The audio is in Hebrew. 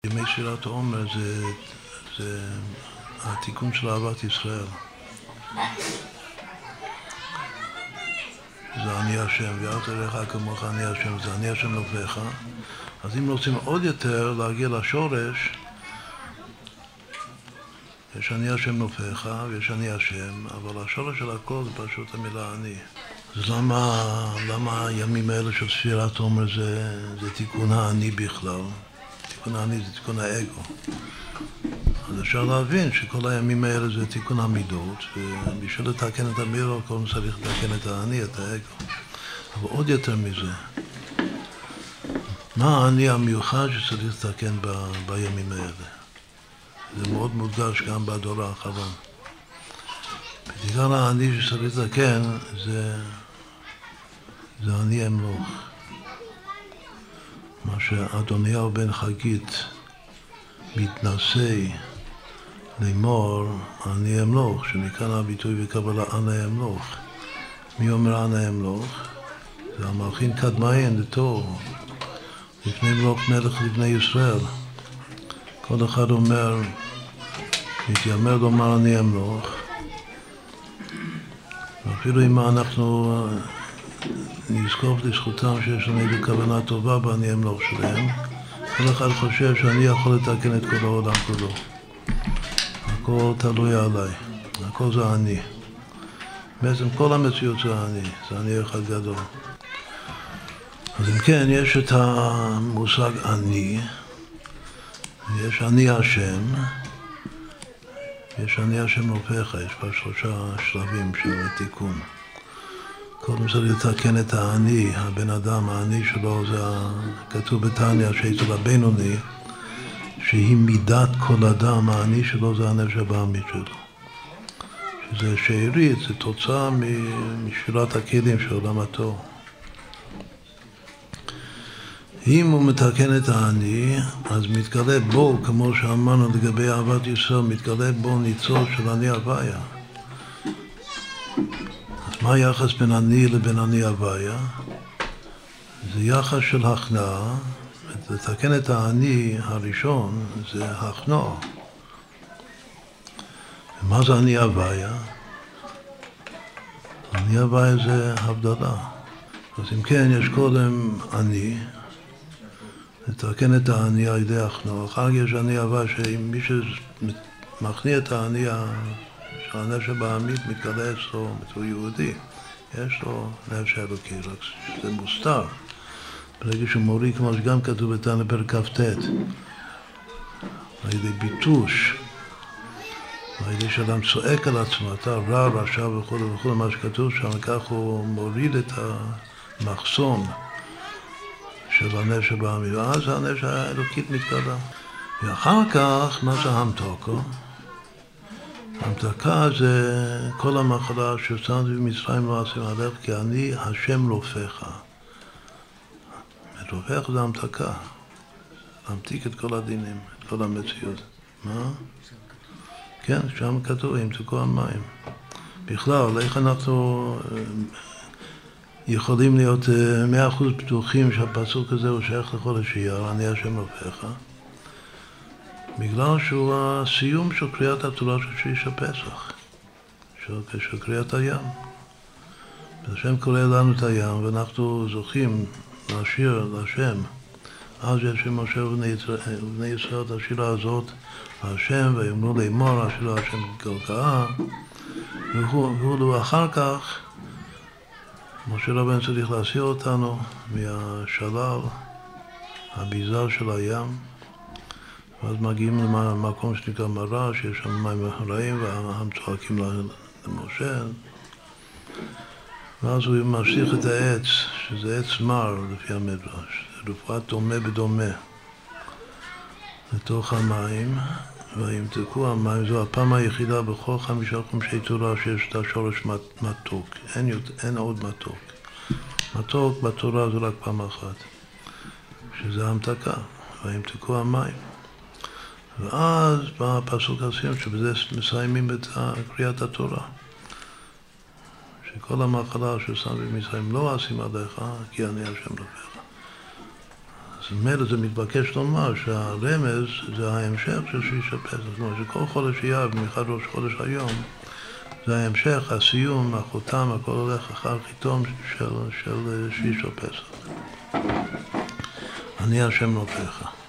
ימי שירת העומר זה התיקון של אהבת ישראל. זה אני השם, ואהבת לך כמוך אני השם, זה אני השם אלוהיך. אז אם רוצים עוד יותר להגיע לשורש, יש אני השם אלוהיך ויש אני השם, אבל השורש של הכל זה פשוט המילה אני. אז למה הימים האלה של ספירת עומר זה תיקון האני בכלל? תיקון האני זה תיקון האגו. אז אפשר להבין שכל הימים האלה זה תיקון המידות, ובשביל לתקן את המידות, קודם צריך לתקן את האני, את האגו. אבל עוד יותר מזה, מה האני המיוחד שצריך לתקן בימים האלה? זה מאוד מודגש גם בדור האחרון. בגלל האני שצריך לתקן זה אני אמלוך. מה שאדוניהו בן חגית מתנשא לאמור אני אמלוך, שמכאן הביטוי וקבלה אנא אמלוך. מי אומר אנא אמלוך? זה המלכין קדמאין דתו, לפני מלך לבני ישראל. כל אחד אומר, מתיימר לומר אני אמלוך. אפילו אם אנחנו נזכור לזכותם שיש לנו איזו כוונה טובה באני אמלוך שלהם, כל אחד חושב שאני יכול לתקן את כל העולם כולו. הכל תלוי עליי, הכל זה אני. בעצם כל המציאות זה אני אחד גדול. אז אם כן, יש את המושג אני, יש אני השם, יש אני השם אלוהיך, יש כבר 3 שלבים של התיקון. קודם צריך לתקן את האני, הבן אדם, האני שלו, זה כתוב בתניא שאצל הבינוני, שהיא מידת כל אדם, האני שלו זה הנפש הבעמית שלו. שזה שארית, זה תוצאה משאלת הכלים של עולם התוהו. אם הוא מתקן את האני, אז מתגלה בו, כמו שאמרנו לגבי אהבת ישראל, מתגלה בו ניצוץ של אני הוויה. אז מה היחס בין אני לבין אני הוויה? זה יחס של הכנעה. לתקן את האני הראשון זה הכנוע. ומה זה אני הוויה? אני הוויה זה הבדלה. אז אם כן, יש קודם אני, לתקן את האני על ידי הכנוע. אחר כך יש אני הוויה שמי שמכניע את האני של הנפש הבעמית מתגלה אצלו, הוא יהודי. יש לו נפש אלוקי, רק שזה מוסתר. ברגע שהוא מוריד, כמו שגם כתוב בתניא פרק כ"ט, על ידי ביטוש, על ידי שאדם צועק על עצמו, אתה רע, רשע וכו' וכו', מה שכתוב שם, כך הוא מוריד את המחסום של הנפש הבעמית, ואז הנפש האלוקית מתגלה. ואחר כך, מה זה המתוקו? המתקה זה כל המחלה ששמתי במצרים לא עשים עליך, כי אני השם רופאך. רופאך זה המתקה, להמתיק את כל הדינים, את כל המציאות. מה? כן, שם כתוב, ימתקו המים. בכלל, איך אנחנו יכולים להיות 100% בטוחים שהפסוק הזה הוא שייך לכל השיער, אני השם רופאך? בגלל שהוא הסיום של קריאת התורה של שליש הפסח, של קריאת הים. השם קורא לנו את הים, ואנחנו זוכים לשיר להשם. אז יש משה ובני ישראל את השירה הזאת, השם, ויאמרו לאמור, השירה השם גלגאה, והוא אחר כך, משה רבנו צריך להסיר אותנו מהשלל, הביזר של הים, ואז מגיעים למקום שנקרא מראה, שיש שם מים רעים, והם צועקים למשה. ואז הוא ממשיך את העץ, שזה עץ מר לפי המדרש. זה רפואת דומה בדומה לתוך המים, וימתקו המים. זו הפעם היחידה בכל 5 חומשי תורה שיש את השורש מתוק. אין עוד מתוק. מתוק בתורה זה רק פעם אחת, שזה המתקה, וימתקו המים. ואז בא הפסוק הסיום, שבזה מסיימים את קריאת התורה. שכל המחלה ששם במצרים לא עשים עליך, כי אני השם רופאך. אז ממילא זה מתבקש לומר שהרמז זה ההמשך של שביס הפסח. זאת אומרת שכל חודש אייר, במיוחד ראש חודש היום, זה ההמשך, הסיום, החותם, הכל הולך אחר חיתום של שביס הפסח. אני השם אלוקיך.